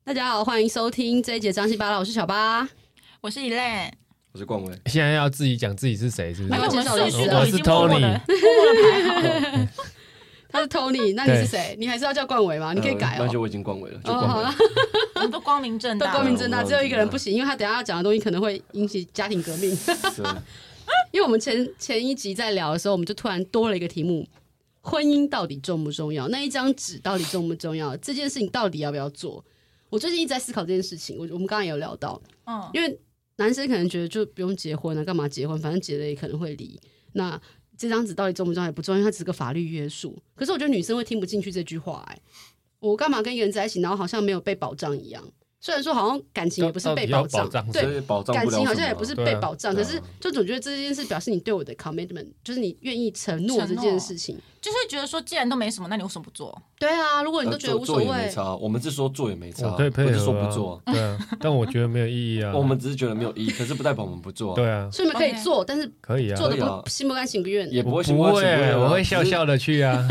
大家好，欢迎收听这一节张西八拉，我是小八， 我是Elaine， 我是冠伟。 现在要自己讲自己是谁，是不是？ 没有介绍顺序都我是已经默默 Tony 的排好了。 他是 Tony， 那你是谁？你还是要叫冠伟吗？你可以改那就我已经冠伟了，就好了， 冠伟。 我们都光明正都大， 光明正大，只有一个人不行，因为他等一下要讲的东西可能会引起家庭革命。因为我们前一集在聊的时候，我们就突然多了一个题目：婚姻到底重不重要？那一张纸到底重不重要？这件事情到底要不要做？我最近一直在思考这件事情。我们刚刚也有聊到，因为男生可能觉得就不用结婚了，干嘛结婚？反正结了也可能会离。那这张纸到底重不重要也不重要，因为它只是个法律约束。可是我觉得女生会听不进去这句话、我干嘛跟一个人在一起，然后好像没有被保障一样？虽然说好像感情也不是被保障，对，感情好像也不是被保障，可是就总觉得这件事表示你对我的 commitment， 就是你愿意承诺这件事情， 就是觉得说既然都没什么，那你为什么不做？ 对啊，如果你都觉得无所谓， 做也没差。我们是说做也没差， 我可以配合、啊， 不是说不做。 对啊，但我觉得没有意义啊。 我们只是觉得没有意义，可是不代表我们不做、啊。 对啊， 所以你们可以做，但是可以啊， 做的不心不甘情不愿， 也不会心不甘情不愿，我会笑笑的去啊。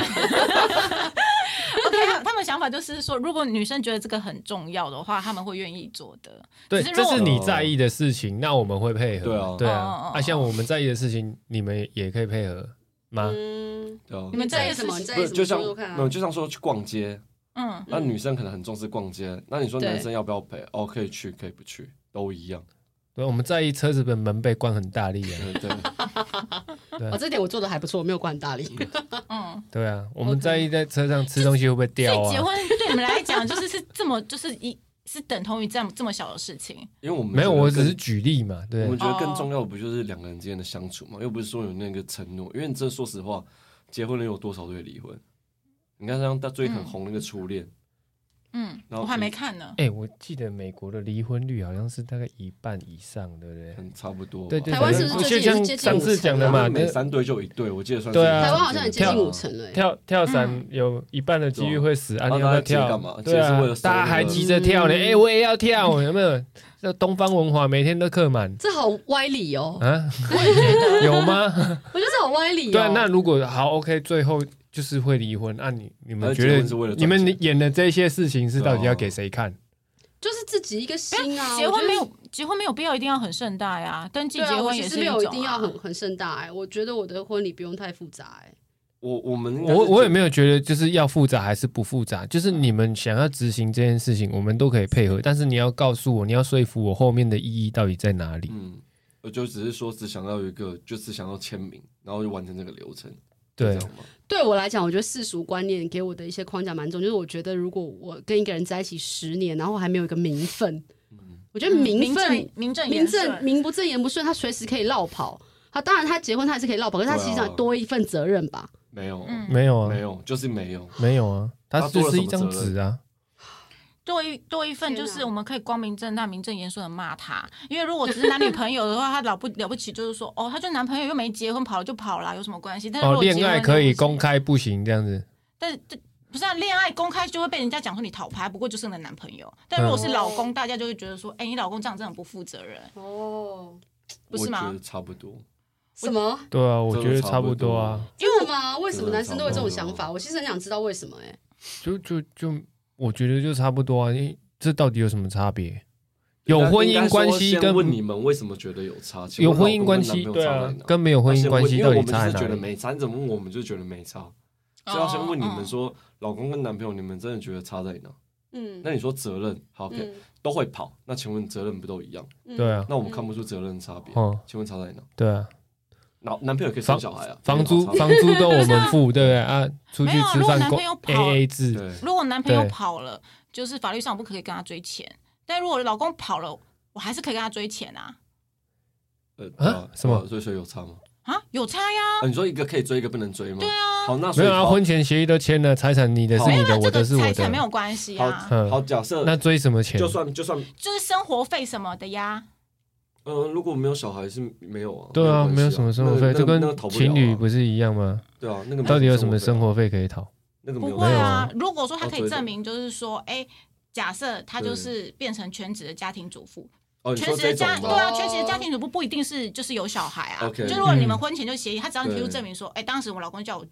他们想法就是说，如果女生觉得这个很重要的话，他们会愿意做的。 对，这是你在意的事情，那我们会配合。对啊，像我们在意的事情，你们也可以配合吗？ 你们在意什么？你在意什么？ 就像说去逛街，那女生可能很重视逛街，那你说男生要不要陪？哦，可以去，可以不去，都一样。 对，我们在意车子的门被关很大力啊。 对，这点我做的还不错，没有关很大力。 对啊，我们在意在车上吃东西会不会掉啊？ 所以结婚对你们来讲，是这么是等同于这么小的事情。 因为我们没有，我只是举例嘛。对， 我们觉得更重要的不就是两个人之间的相处嘛？又不是说有那个承诺。因为你这说实话，结婚了有多少对离婚？你看像最近很红那个初恋。 我还没看呢。 我记得美国的离婚率好像是大概1半以上，对不对？ 差不多。 对， 台湾是不是最近也是接近上次讲的嘛？ 每3对就1对，我记得算是。 对啊， 台湾好像也接近50%了。 跳伞有1半的几率会死，你要不要跳？ 干嘛？ 对啊，大家还急着跳呢。我也要跳，有没有？这东方文化每天都客满， 这好歪理哦。 啊，我也觉得有吗？ 我觉得这好歪理哦。 对，那如果好 OK， 最后就是会离婚，你们觉得你们演的这些事情是到底要给谁看？ 就是自己一个心啊。 结婚没有必要一定要很盛大呀，登记结婚也是没有一定要很盛大我觉得我的婚礼不用太复杂我也没有觉得就是要复杂还是不复杂，就是你们想要执行这件事情，我们都可以配合，但是你要告诉我，你要说服我后面的意义到底在哪里。 我就只是说只想要有一个，就是想要签名，然后就完成这个流程。 对我来讲，我觉得世俗观念给我的一些框架蛮重，就是我觉得如果我跟一个人在一起10年，然后还没有一个名分，我觉得名不正言不顺，他随时可以落跑。当然他结婚他还是可以落跑，可是他实际上多一份责任吧？ 没有啊， 没有， 就是没有啊，他就是一张纸啊。 多一份就是我们可以光明正大、名正言顺的骂他，因为如果只是男女朋友的话，他了不起就是说他就男朋友又没结婚，跑了就跑了，有什么关系？但是如果恋爱可以公开不行这样子， 但是不是恋爱公开就会被人家讲说你讨拍，不过就是你的男朋友。但如果是老公，大家就会觉得说，你老公这样真的不负责任不是吗？ 我觉得差不多。 什么？ 对啊，我觉得差不多啊。 真的吗？为什么男生都有这种想法？我其实很想知道为什么就我觉得就差不多啊，因为这到底有什么差别？有婚姻关系跟问你们为什么觉得有差？ 有婚姻关系对啊，跟没有婚姻关系到底差在哪里？ 因为我们是觉得没差，你怎么问我们就觉得没差，所以要先问你们说，老公跟男朋友你们真的觉得差在哪？那你说责任好 ，OK， 都会跑，那请问责任不都一样？ 对啊， 那我们看不出责任差别，请问差在哪？ 对啊。 男朋友可以生小孩啊， 房租都我们付，对不对啊？出去吃饭 AA 制。 如果男朋友跑了，就是法律上不可以跟他追钱，但如果老公跑了，我还是可以跟他追钱啊。 什么？ 所以有差吗？ 有差呀。 你说一个可以追，一个不能追吗？ 对啊。 好，那没有啊，婚前协议都签了，财产你的是你的，我的是我的， 财产没有关系啊。 好，假设那追什么钱？ 就算就是生活费什么的呀。 如果没有小孩是没有啊。 对啊，没有什么生活费，就跟情侣不是一样吗？ 对啊，那个到底有什么生活费可以讨？ 那个没有。 不会啊，如果说他可以证明，就是说，假设他就是变成全职的家庭主妇。全职的全职的家庭主妇不一定是就是有小孩啊。就如果你们婚前就协议，他只要你提出证明说，当时我老公叫我变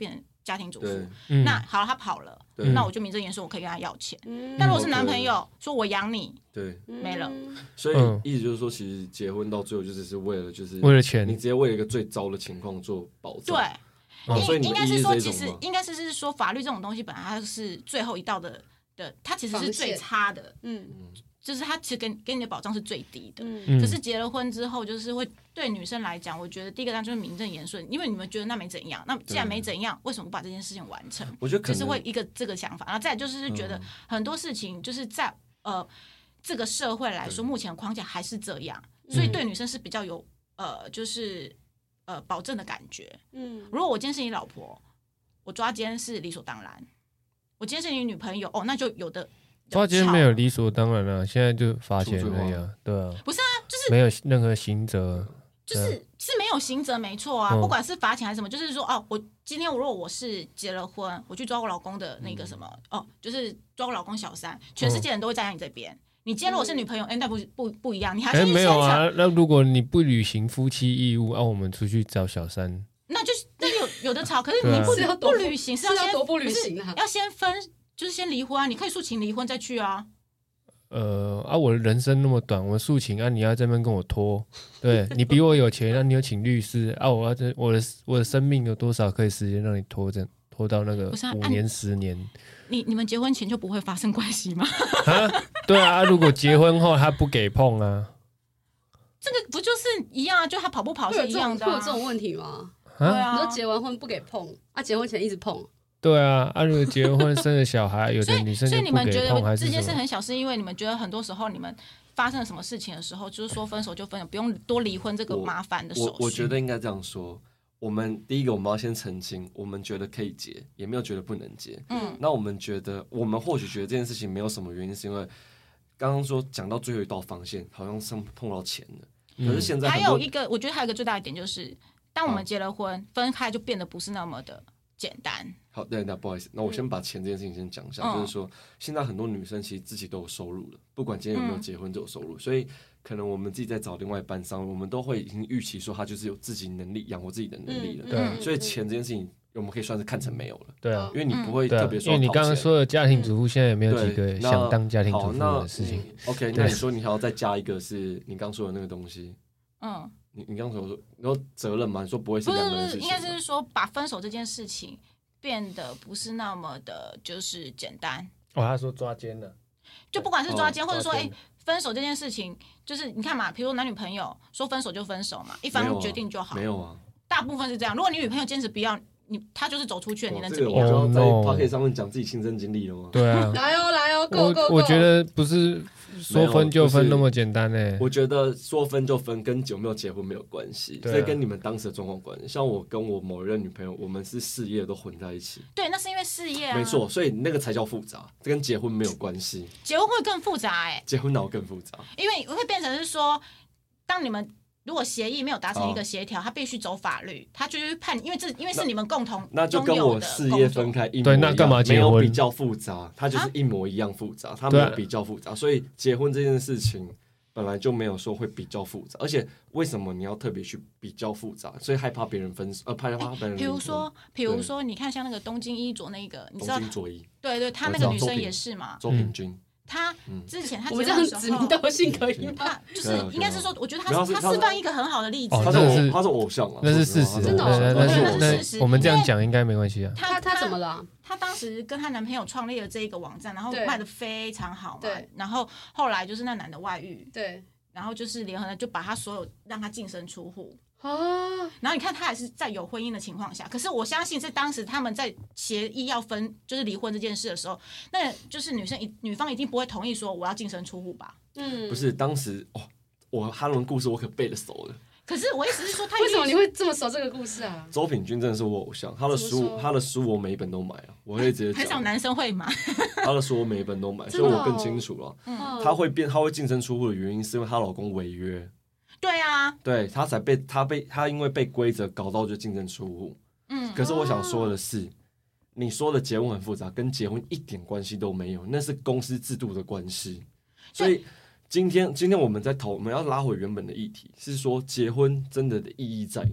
家庭主妇， 那好了，他跑了，那我就名正言顺，我可以跟他要钱。但如果是男朋友说我养你， 对， 没了。 所以意思就是说，其实结婚到最后就只是为了钱，你直接为了一个最糟的情况做保障。 对， 所以应该是说，其实应该是说，法律这种东西本来它是最后一道的，它其实是最差的。就是它其实给你的保障是最低的，可是结了婚之后，就是会对女生来讲，我觉得第一个当然就是名正言顺，因为你们觉得那没怎样，那既然没怎样，为什么不把这件事情完成？ 我觉得就是会一个这个想法，然后再来就是觉得很多事情就是在这个社会来说，目前的框架还是这样，所以对女生是比较有就是保证的感觉。如果我今天是你老婆，我抓奸是理所当然；我今天是你女朋友，那就有的。 抓奸没有理所当然啊，现在就罚钱而已啊，对啊， 不是啊，就是没有任何刑责， 是没有刑责没错啊，不管是罚钱还是什么，就是说我今天如果我是结了婚，我去抓我老公的那个什么就是抓我老公小三，全世界人都会站在你这边。你今天如果是女朋友，那不一样，你还是没有啊？那如果你不履行夫妻义务，我们出去找小三， 那有的吵，可是你不履行是要多不履行啊？要先分。就是先离婚啊，你可以诉请离婚再去啊。 我的人生那么短，我诉请你要这边跟我拖，对你比我有钱，那你有请律师我的生命有多少可以时间让你拖到那个5年10年？ 你们结婚前就不会发生关系吗？ 对啊，如果结婚后他不给碰啊， 这个不就是一样啊？就他跑不跑是一样的会有这种问题吗？ 对啊， 你说结完婚不给碰结婚前一直碰。 对啊，如果结婚生了小孩，有的女生所以你们觉得这件事很小，是因为你们觉得很多时候你们发生了什么事情的时候，就是说分手就分手，不用多离婚这个麻烦的手续。 我觉得应该这样说。我们第一个我们要先澄清，我们觉得可以结，也没有觉得不能结。那我们觉得，我们或许觉得这件事情没有什么原因，是因为刚刚说讲到最后一道防线，好像是碰到钱了。可是现在还有一个，我觉得还有一个最大的点就是，当我们结了婚，分开就变得不是那么的简单。 好，那不好意思，那我先把钱这件事情先讲一下，就是说，现在很多女生其实自己都有收入了，不管今天有没有结婚都有收入，所以可能我们自己在找另外一半上，我们都会已经预期说他就是有自己能力养活自己的能力了， 对， 所以钱这件事情我们可以算是看成没有了， 对啊， 因为你不会特别说， 因为你刚刚说的家庭主妇现在也没有几个想当家庭主妇的事情。 OK， 那你说你还要再加一个是你刚说的那个东西，你刚说你说责任吗？你说不会是两个人的事情？ 应该是说把分手这件事情变得不是那么的，就是简单。 他说抓奸了， 就不管是抓奸，或者说分手这件事情，就是你看嘛，比如男女朋友说分手就分手嘛，一方决定就好。 没有啊， 大部分是这样。如果你女朋友坚持不要，他就是走出去了，你能怎么样？ 我就要在 Podcast 上面讲自己亲身经历了吗？ 对啊， 来哦， 我觉得不是说分就分那么简单我觉得说分就分跟有没有结婚没有关系，所以跟你们当时的状况关系。像我跟我某一任女朋友，我们是事业都混在一起。 对，那是因为事业啊。 没错，所以那个才叫复杂，这跟结婚没有关系。 结婚会更复杂结婚哪有更复杂？ 因为会变成是说，当你们如果协议没有达成一个协调，他必须走法律，他就是判，因为是你们共同那就跟我事业分开一模一样。 对，那干嘛结婚？ 没有比较复杂，它就是一模一样复杂，它没有比较复杂，所以结婚这件事情本来就没有说会比较复杂，而且为什么你要特别去比较复杂？所以害怕别人分手，害怕别人。 比如说，你看像那个东京衣着那个，你知道东京佐伊， 对，她那个女生也是嘛， 周品君。 他之前他我们这样指名道姓可以吗？ 他就是应该是说，我觉得他示范一个很好的例子。 他是偶像啊， 那是事实， 真的， 那是事实。 我们这样讲应该没关系啊。 他怎么了？ 他当时跟她男朋友创立了这一个网站，然后卖的非常好嘛。 对。 然后后来就是那男的外遇。 对。 然后就是联合的就把他所有让他净身出户。 然后你看他还是在有婚姻的情况下，可是我相信在当时他们在协议要分就是离婚这件事的时候，那就是女方一定不会同意说我要净身出户吧？ 不是，当时我哈伦故事我可背得熟了。 可是我意思是说， 为什么你会这么熟这个故事啊？ 周品君真的是我偶像，他的书我每一本都买啊，我会直接讲。 很少男生会买， 他的书我每一本都买，所以我更清楚了。他会净身出户的原因是因为她老公违约。 对啊， 对，他因为被规则搞到就净身出户。可是我想说的是，你说的结婚很复杂，跟结婚一点关系都没有，那是公司制度的关系。所以今天我们要拉回原本的议题，是说结婚真的意义在哪？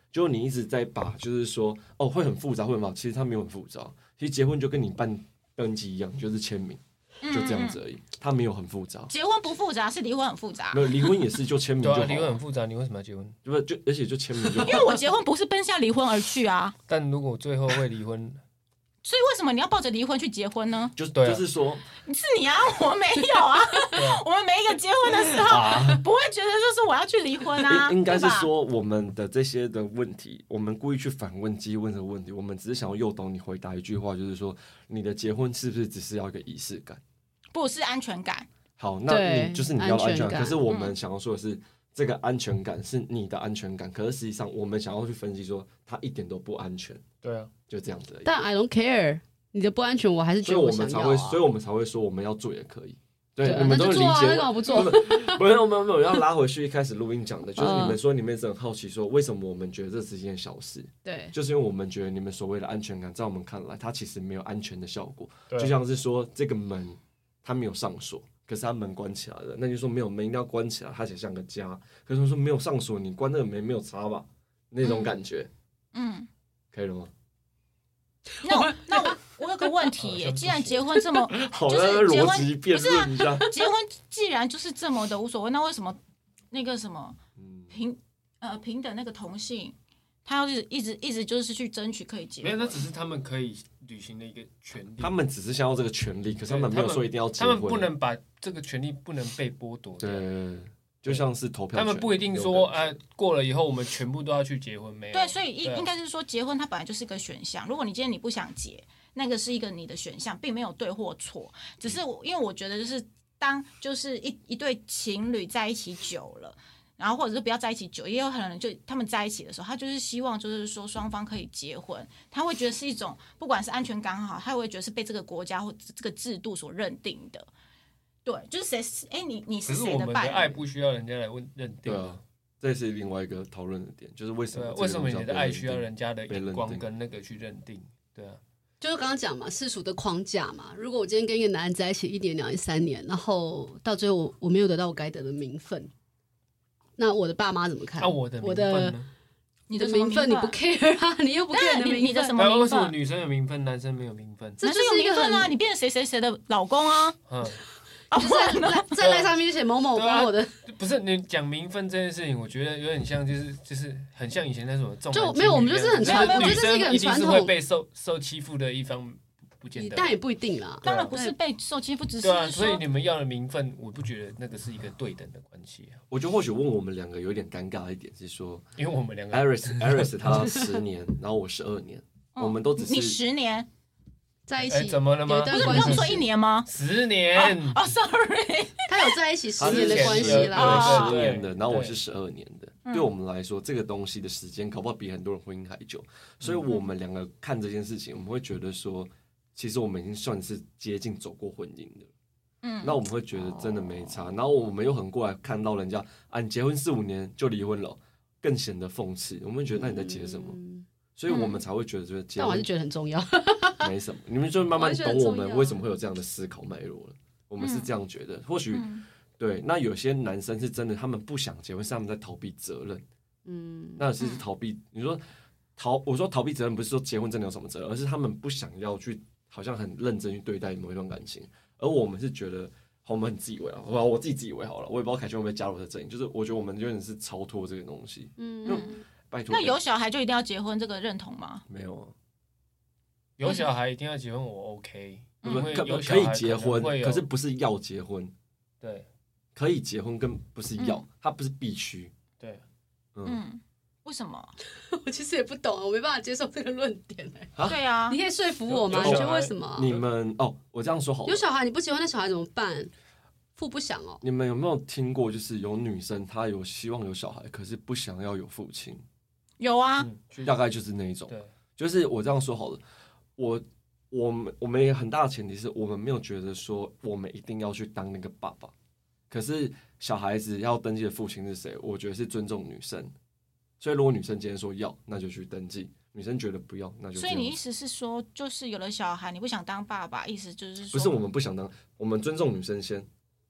就你一直在把就是说会很复杂会很好，其实它没有很复杂，其实结婚就跟你办登记一样，就是签名。就这样子而已，它没有很复杂。 结婚不复杂，是离婚很复杂。 没有离婚也是就签名就好。 离婚很复杂，你为什么要结婚？ 而且就签名就好。 因为我结婚不是奔向离婚而去啊。 但如果最后会离婚， 所以为什么你要抱着离婚去结婚呢？ 就是说， 是你啊，我没有啊。我们每一个结婚的时候，不会觉得就是我要去离婚啊。 应该是说我们的这些的问题，我们故意去反问、激问这个问题，我们只是想要诱导你回答一句话，就是说你的结婚是不是只是要一个仪式感？ 不是安全感。 好，那你就是你要的安全感。可是我们嗯想要说的是，这个安全感是你的安全感，可是实际上我们想要去分析说，它一点都不安全。 对啊， 就这样子而已。 但 I don't care， 你的不安全，我还是觉得我想要啊。 所以我们才会说我们要做也可以。对， 啊、 你们都理解。 那干嘛不做？ 没有，要拉回去一开始录音讲的，就是你们说你们一直很好奇说，为什么我们觉得这是一件小事？ 对， 就是因为我们觉得你们所谓的安全感，在我们看来，它其实没有安全的效果。 啊就像是说这个门它没有上锁，可是它门关起来了，那就说没有门一定要关起来，它才像个家。可是说没有上锁，你关那个门没有插吧？那种感觉，可以了吗？ 那我有个问题耶，既然结婚这么， 就是逻辑辩论一下， 结婚既然就是这么的无所谓，那为什么那个什么平等那个同性，他要一直就是去争取可以结婚？ 没有，那只是他们可以履行的一个权利。 他们只是想要这个权利，可是他们没有说一定要结婚。 他们不能把这个权利不能被剥夺。 对。就像是投票权， 他们不一定说过了以后我们全部都要去结婚，没有。 对，所以应该是说结婚它本来就是一个选项。如果你今天你不想结，那个是一个你的选项，并没有对或错。只是因为我觉得就是当就是一对情侣在一起久了，然后或者是不要在一起久，也有可能就他们在一起的时候，他就是希望就是说双方可以结婚，他会觉得是一种不管是安全感好，他会觉得是被这个国家或这个制度所认定的。对，就是谁？你是谁的伴侣？可是我们的爱不需要人家来认定。 对啊，这是另外一个讨论的点，就是为什么你的爱需要人家的眼光跟那个去认定？对啊， 就是刚刚讲嘛，世俗的框架嘛。如果我今天跟一个男人在一起1年、2年、3年，然后到最后我没有得到我该得的名分，那我的爸妈怎么看？ 我的名分呢？ 你的名分你不 care 啊，你又不 care 你的名分， 你的什么名分？ 为什么女生有名分，男生没有名分？ 男生有名分啊，你变成谁谁谁的老公啊？ 在赖上面写某某帮我的， 不是你讲名分这件事情，我觉得有点像，就是很像以前那种重男轻女， 就没有，我们就是很传统， 女生一定是会被受欺负的一方，不见得， 但也不一定啦。 当然不是被受欺负，只是对啊，所以你们要的名分，我不觉得那个是一个对等的关系啊。 我觉得或许问我们两个有点尴尬一点是说， 因为我们两个 ，Iris 他10年，然后我12年，我们都只是你10年。 在一起怎么了吗？ 不是你刚说1年吗 ？10年 ，sorry， 他有在一起10年的关系啦，10年的，然后我是12年的。对我们来说，这个东西的时间搞不好比很多人婚姻还久，所以我们两个看这件事情，我们会觉得说，其实我们已经算是接近走过婚姻的。那我们会觉得真的没差，然后我们又很过来看到人家你结婚4、5年就离婚了，更显得讽刺。我们觉得那你在结什么？所以我们才会觉得但我还是觉得很重要。 没什么，你们就慢慢懂我们为什么会有这样的思考脉络了。我们是这样觉得，或许对。那有些男生是真的，他们不想结婚，是他们在逃避责任。那是逃避。你说我说逃避责任，不是说结婚真的有什么责任，而是他们不想要去，好像很认真去对待某一段感情。而我们是觉得，我们很自以为啊，我自己自以为好了，我也不知道凯旋会不会加入这阵营。就是我觉得我们有点是超脱这个东西。拜托。 那有小孩就一定要结婚，这个认同吗？ 没有啊。 有小孩一定要结婚，我 OK。 可以结婚，可是不是要结婚。 对， 可以结婚跟不是要，它不是必须。 对， 为什么？ 我其实也不懂啊，我没办法接受这个论点对啊， 你可以说服我吗？你觉得为什么？ 你们我这样说好了。 有小孩你不结婚，那小孩怎么办？父不想哦。 你们有没有听过，就是有女生她有希望有小孩，可是不想要有父亲？ 有啊， 大概就是那一种。 对， 就是我这样说好了，我们也很大的前提是我们没有觉得说我们一定要去当那个爸爸，可是小孩子要登记的父亲是谁，我觉得是尊重女生。所以如果女生今天说要，那就去登记；女生觉得不要，那就。 所以你意思是说，就是有了小孩，你不想当爸爸，意思就是说， 不是我们不想当，我们尊重女生先。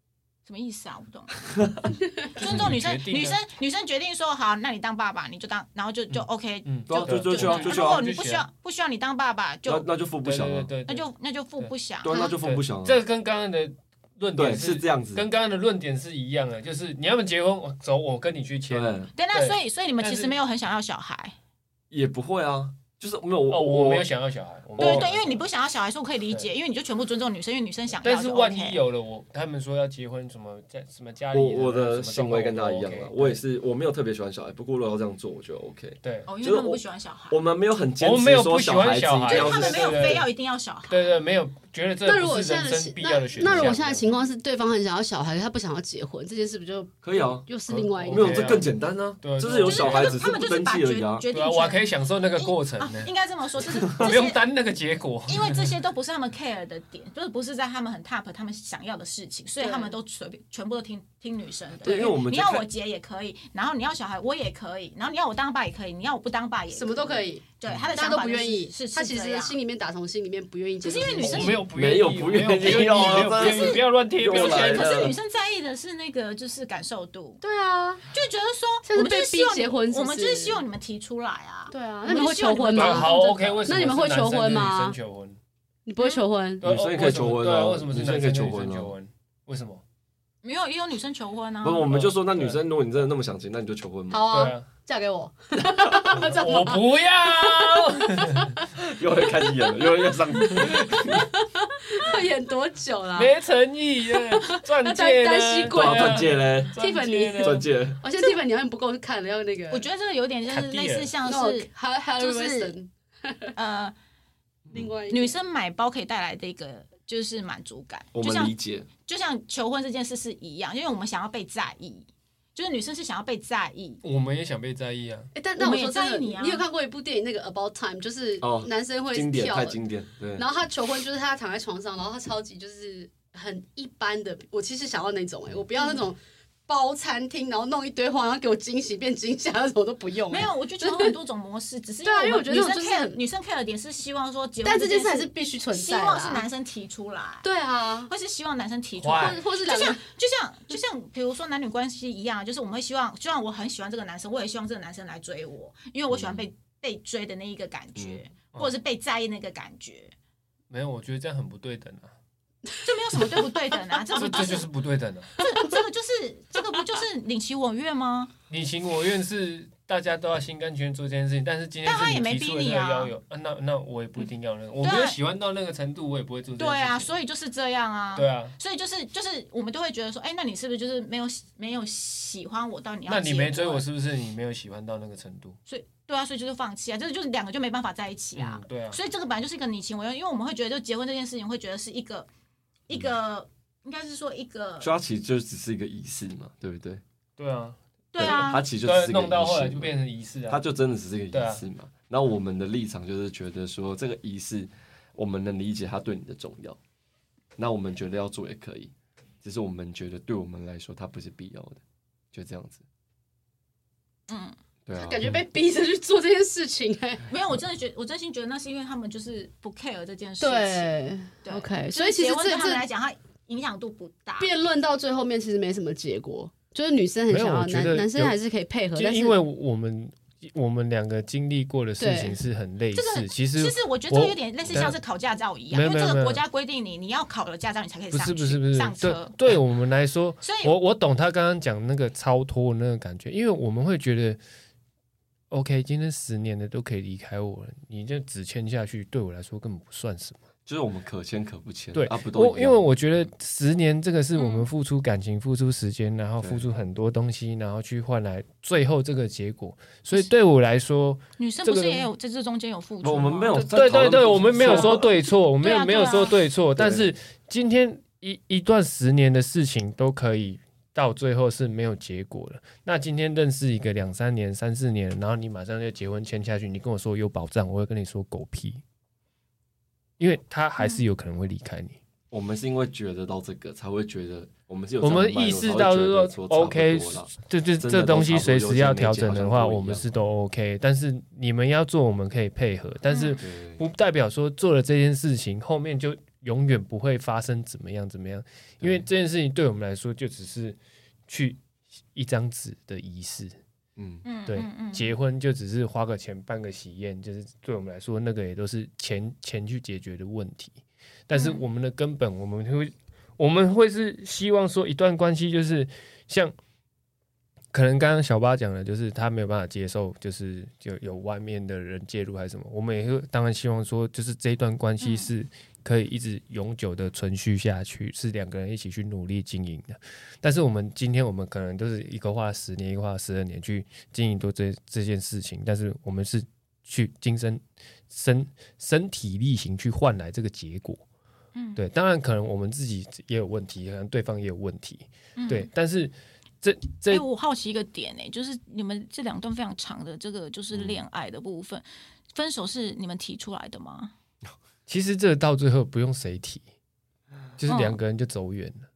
什么意思啊？我不懂。尊重女生，女生决定说好，那你当爸爸，你就当，然后就 OK， 就如果你不需要你当爸爸， 那就父不详了， 那就父不详， 对，那就父不详了。 这跟刚刚的论点是这样子， 跟刚刚的论点是一样的，就是你要么结婚，走，我跟你去签。 对，那所以你们其实没有很想要小孩， 也不会啊。就是没有我没有想要小孩， 对，因为你不想要小孩，所以我可以理解，因为你就全部尊重女生，因为女生想要。 但是万一有了他们说要结婚，什么家里， 我的行为跟他一样了，我也是，我没有特别喜欢小孩，不过如果要这样做，我觉得 OK。 对，因为他们不喜欢小孩， 我们没有很坚持说小孩子， 就是他们没有非要一定要小孩， 对，没有觉得这不是人生必要的选项。 那如果现在情况是对方很想要小孩，他不想要结婚，这件事不就可以啊？ 又是另外一个， 没有这更简单啊，就是有小孩只是不登记而已啊。 对啊，我还可以享受那个过程呢。 应该这么说。 不用担那个结果， 因为这些都不是他们 care 的点，就是不是在他们很 top 他们想要的事情，所以他们都全部都听女生的。 对，因为我们你要我结也可以，然后你要小孩我也可以，然后你要我当爸也可以，你要我不当爸也可以， 什么都可以。 对，他的想法都不愿意， 他其实心里面打从心里面不愿意结婚。 可是因为女生没有不愿意， 你不要乱贴标签。 可是女生在意的是那个就是感受度。 对啊， 就觉得说我们就是希望结婚， 我们就是希望你们提出来啊。 对啊，那你们会求婚吗？ 好 OK， 为什么？ 那你们会求婚吗？ 女生求婚， 你不会求婚？ 女生也可以求婚啊？ 为什么是男生求婚？为什么？ 没有，也有女生求婚啊。 不是，我们就说那女生，如果你真的那么想结，那你就求婚嘛。 好啊，嫁给我。 我不要。 又会开始演了，又要上。 要演多久啦？ 没诚意耶！钻戒呢？ 钻戒嘞 ？Tiffany 钻戒。 我现在 Tiffany 好像不够看了，要那个。 我觉得这个有点就是类似像是就是另外女生买包可以带来的一个就是满足感。 我们理解。 就像求婚这件事是一样，因为我们想要被在意。就是女生是想要被在意， 我们也想被在意啊。 但我说真的，你有看过一部电影那个 About Time， 就是男生会跳， 太经典，对。 然后他求婚就是他躺在床上，然后他超级就是很一般的。我其实想要那种我不要那种包餐厅，然后弄一堆花，然后给我惊喜变惊吓那种都不用。 没有，我就觉得有很多种模式，只是因为我觉得女生 care 的点是希望说结婚， 但这件事还是必须存在， 希望是男生提出来。 对啊， 或是希望男生提出来，或是就像比如说男女关系一样，就是我们会希望我很喜欢这个男生，我也希望这个男生来追我，因为我喜欢被追的那一个感觉，或者是被在意那个感觉。 没有，我觉得这样很不对等啊。 就没有什么对不对等啊， 这就是不对等的。 这个不就是你情我愿吗？ 你情我愿是大家都要心甘情愿做这件事情，但是今天是你提出的那个要求啊，那我也不一定要那个，我没有喜欢到那个程度，我也不会做这件事情。 对啊，所以就是这样啊。 对啊， 所以就是我们都会觉得说，那你是不是就是没有喜欢我到你要？ 那你没追我，是不是你没有喜欢到那个程度？ 所以。对啊，所以就是放弃啊，就是两个就没办法在一起啊。 对啊， 所以这个本来就是一个你情我愿，因为我们会觉得，就结婚这件事情，会觉得是一个，应该是说一个， 所以它其实就只是一个仪式嘛，对不对？ 对啊， 对啊， 它其实就只是一个仪式， 弄到后来就变成仪式啊， 它就真的只是一个仪式嘛。然后我们的立场就是觉得说，这个仪式我们能理解它对你的重要，那我们觉得要做也可以，只是我们觉得对我们来说它不是必要的，就这样子。对啊， 感觉被逼着去做这件事情没有，我真心觉得那是因为他们就是不 care 这件事情。 对 OK， 所以其实对他们来讲，它影响度不大。 辩论到最后面其实没什么结果，就是女生很想要，男生还是可以配合。但是因为我们两个经历过的事情是很类似，其实我觉得这个有点类似像是考驾照一样，因为这个国家规定你要考了驾照你才可以上去，不是上车。 对我们来说，我懂他刚刚讲那个超脱那个感觉，因为我们会觉得。OK， 今天10年的都可以离开我了，你就只签下去，对我来说根本不算什么。 就是我们可签可不签， 对啊，不都一样。 因为我觉得10年这个是我们付出感情、付出时间，然后付出很多东西，然后去换来最后这个结果。所以对我来说， 女生不是也有在这中间有付出吗？ 我们没有， 对，我们没有说对错，我们没有说对错，但是今天一段10年的事情都可以。到最后是没有结果了。那今天认识一个2、3年、3、4年，然后你马上就结婚签下去，你跟我说有保障，我会跟你说狗屁，因为他还是有可能会离开你。 我们是因为觉得到这个，才会觉得我们是有我们意识到说 OK， 这东西随时要调整的话，我们是都 OK。但是你们要做，我们可以配合，但是不代表说做了这件事情后面就永远不会发生怎么样，因为这件事情对我们来说就只是去一张纸的仪式。对，结婚就只是花个钱办个喜宴，就是对我们来说那个也都是钱去解决的问题。但是我们的根本，我们会是希望说一段关系就是像可能刚刚小八讲的，就是他没有办法接受，就是就有外面的人介入还是什么，我们也会当然希望说，就是这一段关系是可以一直永久的存续下去，是两个人一起去努力经营的。但是今天我们可能都是一个花了10年，一个花了12年去经营多这件事情，但是我们是去身体力行去换来这个结果。对，当然可能我们自己也有问题，可能对方也有问题，对，但是我好奇一个点就是你们这2段非常长的这个就是恋爱的部分，分手是你们提出来的吗？ 其实这到最后不用谁提，就是两个人就走远了。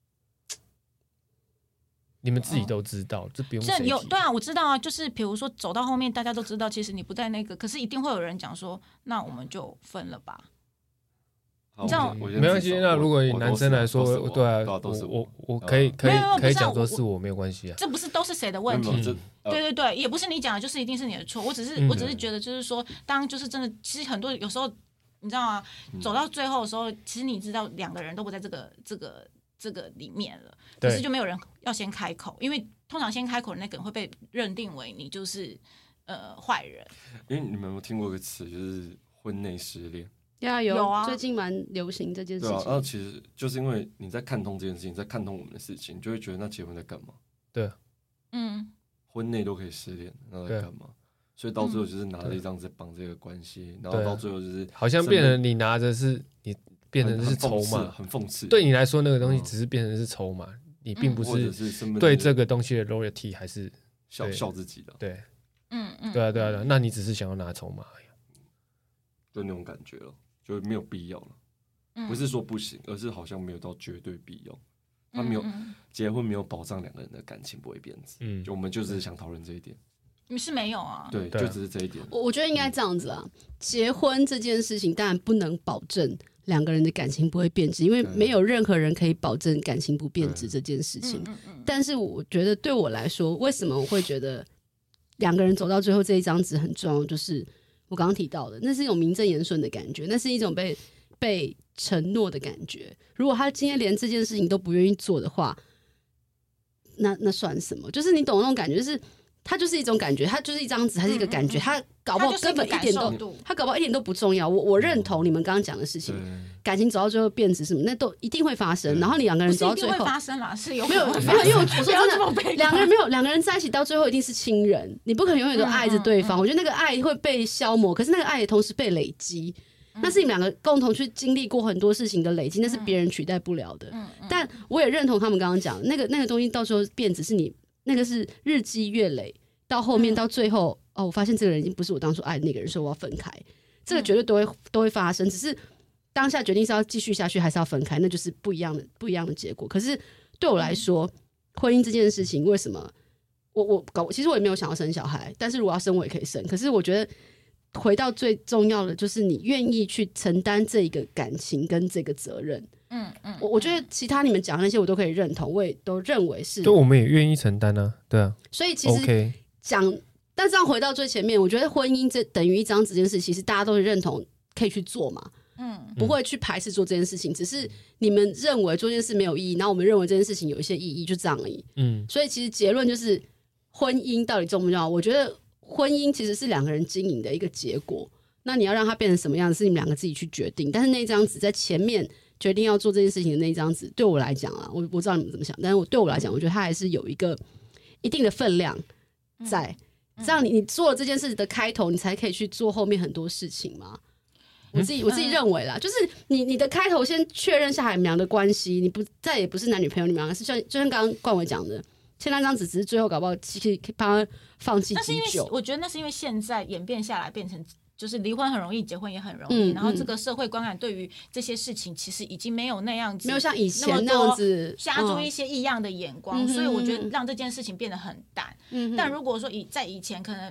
你们自己都知道，这不用谁提。 对啊，我知道啊，就是比如说走到后面，大家都知道，其实你不在那个，可是一定会有人讲说，那我们就分了吧。你知道没关系，那如果以男生来说，对啊，我可以讲说是我没有关系啊， 这不是都是谁的问题？对，也不是你讲的，就是一定是你的错。我只是觉得，就是说，当就是真的，其实很多有时候你知道吗？走到最后的时候，其实你知道两个人都不在这个里面了，可是就没有人要先开口，因为通常先开口的那个人会被认定为你就是坏人。 因为你们有没有听过一个词，就是婚内失恋？ 有啊，最近蛮流行这件事情。 对啊，然后其实就是因为你在看通这件事情，在看通我们的事情，你就会觉得那结婚在干嘛？ 对， 婚内都可以失恋，那在干嘛？所以到最后就是拿着一张纸绑这个关系，然后到最后就是好像变成你拿着是你变成是筹码， 很讽刺。 对你来说，那个东西只是变成是筹码，你并不是对这个东西的 loyalty 还是笑自己的。 对，对啊，那你只是想要拿筹码而已， 就那种感觉了。就没有必要了，不是说不行，而是好像没有到绝对必要。他没有结婚，没有保障两个人的感情不会变质。就我们就只是想讨论这一点。 你是没有啊？ 对，就只是这一点。 我觉得应该这样子啦。结婚这件事情当然不能保证两个人的感情不会变质，因为没有任何人可以保证感情不变质这件事情。但是我觉得对我来说，为什么我会觉得两个人走到最后这一张纸很重要，就是我刚刚提到的，那是一种名正言顺的感觉，那是一种被承诺的感觉。如果他今天连这件事情都不愿意做的话，那算什么？就是你懂那种感觉，就是它就是一种感觉，它就是一张纸，它是一个感觉，它搞不好根本一点都，它搞不好一点都不重要。我认同你们刚刚讲的事情，感情走到最后变质什么，那都一定会发生。然后你两个人走到最后， 不是一定会发生啦，是有没有，因为我说真的，两个人在一起到最后一定是亲人，你不可能永远都爱着对方。我觉得那个爱会被消磨，可是那个爱也同时被累积。那是你们两个共同去经历过很多事情的累积，那是别人取代不了的。但我也认同他们刚刚讲那个东西，到时候变质是你那个是日积月累，到后面到最后我发现这个人已经不是我当初爱的那个人，所以我要分开。这个绝对都会发生，只是当下决定是要继续下去还是要分开，那就是不一样的结果。可是对我来说，婚姻这件事情，为什么其实我也没有想要生小孩，但是如果要生我也可以生。可是我觉得回到最重要的，就是你愿意去承担这个感情跟这个责任。我觉得其他你们讲的那些我都可以认同，我也都认为是， 就我们也愿意承担啊，对啊。 所以其实讲，但这样回到最前面，我觉得婚姻这等于一张纸这件事，其实大家都是认同可以去做嘛，不会去排斥做这件事情，只是你们认为做这件事没有意义，然后我们认为这件事情有一些意义，就这样而已。所以其实结论就是婚姻到底重不重要？我觉得婚姻其实是两个人经营的一个结果，那你要让它变成什么样子，是你们两个自己去决定。但是那张纸在前面决定要做这件事情的那张纸，对我来讲啊，我不知道你们怎么想，但是对我来讲，我觉得它还是有一个一定的分量在，这样你做了这件事的开头，你才可以去做后面很多事情嘛。我自己认为啦，就是你的开头先确认下来你们俩的关系，你再也不是男女朋友，你们两个是就像刚刚冠伟讲的，签那张纸只是最后搞不好可以帮他放弃急救。 我觉得那是因为现在演变下来变成就是离婚很容易，结婚也很容易，然后这个社会观感对于这些事情其实已经没有那样子， 没有像以前那样子加注一些异样的眼光，所以我觉得让这件事情变得很淡。但如果说在以前可能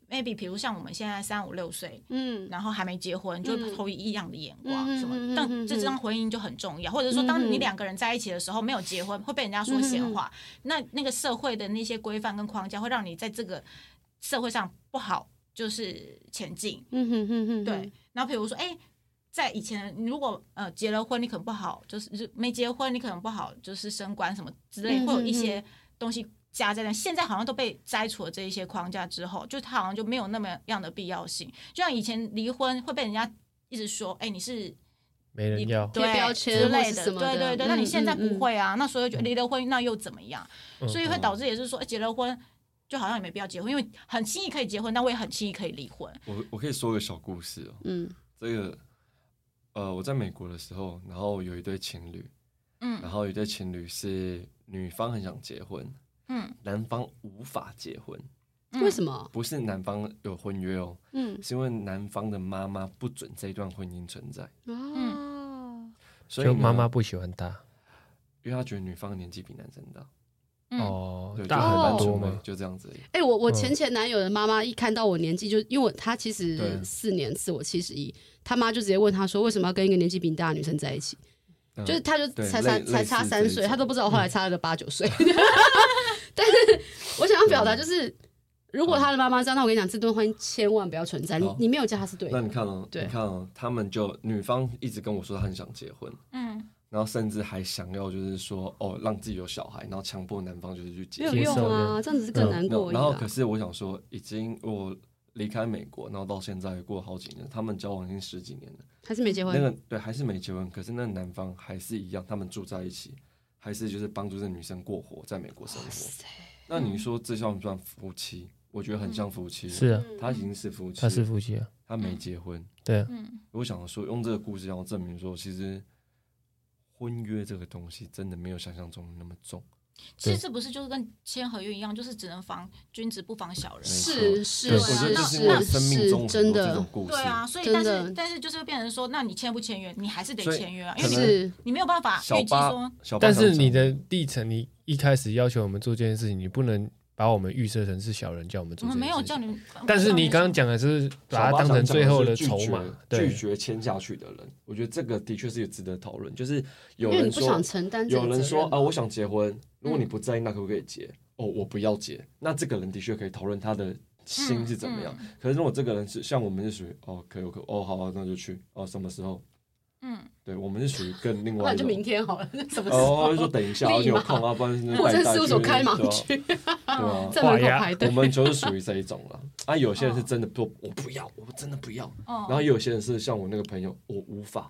maybe 比如像我们现在3、5、6岁， 嗯， 然后还没结婚，就会投以异样的眼光什么嗯但这张婚姻就很重要，或者说当你2个人在一起的时候没有结婚，会被人家说闲话，那个社会的那些规范跟框架会让你在这个社会上不好就是前进。对。然后比如说，在以前，你如果结了婚，你可能不好，就是没结婚，你可能不好，就是升官什么之类，会有一些东西加在那。现在好像都被摘除了这一些框架之后，就它好像就没有那么样的必要性。就像以前离婚会被人家一直说，你是没人要对标签之类的， 或是什么的对。那你现在不会啊？那所以就离了婚，那又怎么样？所以会导致也是说，结了婚就好像也没必要结婚，因为很轻易可以结婚，但我也很轻易可以离婚。 我可以说个小故事哦。这个我在美国的时候，然后有一对情侣，然后有一对情侣是女方很想结婚，男方无法结婚。 为什么？ 不是男方有婚约哦，是因为男方的妈妈不准这段婚姻存在。所以就妈妈不喜欢他， 因为他觉得女方的年纪比男生大。对， 大很多嘛， 嘛， 就这样子而已。 我前男友的妈妈一看到我年纪就，因为他其实4年次，我71，他妈就直接问他说，为什么要跟一个年纪比你大的女生在一起？就是他就才差3岁，他都不知道我后来差了个8、9岁。但是我想要表达就是，如果他的妈妈这样，那我跟你讲，这段婚姻千万不要存在。你没有叫他是对的。 那你看哦，他们就女方一直跟我说她很想结婚，然后甚至还想要就是说让自己有小孩，然后强迫男方就是去结婚。 没有用啊，这样子是更难过。 然后可是我想说，我离开美国，然后到现在过了好几年，他们交往已经10几年了， 还是没结婚。 那个对，还是没结婚。可是那个男方还是一样，他们住在一起，还是就是帮助这女生过活，在美国生活。那你说这算不算夫妻？我觉得很像夫妻。 是啊， 他已经是夫妻， 他是夫妻啊， 他没结婚。 对啊， 我想说用这个故事让我证明说，其实婚约这个东西真的没有想象中的那么重。 其实这不是就是跟签合约一样，就是只能防君子不防小人。 是， 我觉得就是因为生命中很多这种故事。 对啊，所以但是就是变成说，那你签不签约，你还是得签约啊，因为你没有办法预计说。 但是你的历程，你一开始要求我们做这件事情，你不能把我们预设成是小人叫我们做这件事情。 我们没有叫你。 但是你刚刚讲的是把它当成最后的筹码， 拒绝签下去的人，我觉得这个的确是值得讨论。就是有人说， 因为你不想承担这个责任， 有人说我想结婚，如果你不在意，那可不可以结？我不要结。那这个人的确可以讨论他的心是怎么样。可是如果这个人是像我们是属于可以好啊，那就去什么时候？对，我们是属于更另外一种， 那就明天好了，什么时候？ 就说等一下，你有空啊，不然户政事务所开忙去，对啊， 在门口排队。 我们就是属于这一种了。有些人是真的说我不要，我真的不要。然后也有些人是像我那个朋友，我无法。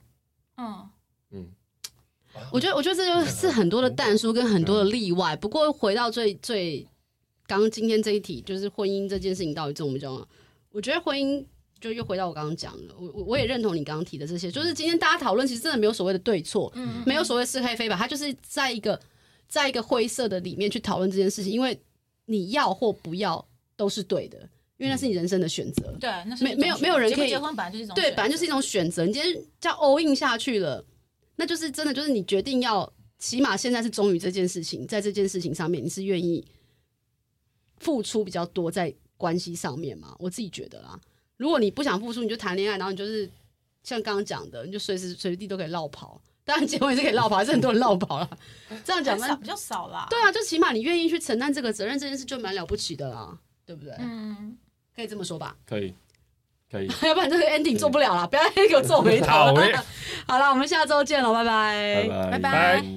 我觉得这就是很多的但书跟很多的例外。不过回到最刚今天这一题，就是婚姻这件事情到底重不重要？我觉得婚姻。就又回到我刚刚讲的，我也认同你刚刚提的这些，就是今天大家讨论，其实真的没有所谓的对错，没有所谓是黑非白，它就是在一个灰色的里面去讨论这件事情，因为你要或不要都是对的，因为那是你人生的选择。 对，那是没有人可以结婚本来就是一种对，本来就是一种选择。你今天叫 all in 下去了，那就是真的就是你决定要，起码现在是忠于这件事情，在这件事情上面你是愿意付出比较多在关系上面嘛？我自己觉得啦。如果你不想付出，你就谈恋爱，然后你就是像刚刚讲的，你就随时随地都可以落跑。当然结婚也是可以落跑，还是很多人落跑啦。这样讲比较少啦。 对啊，就起码你愿意去承担这个责任，这件事就蛮了不起的啦，对不对？可以这么说吧？ 可以。 要不然这个 ending 做不了啦，不要给我做回头。好了，我们下周见了，拜拜， 拜拜。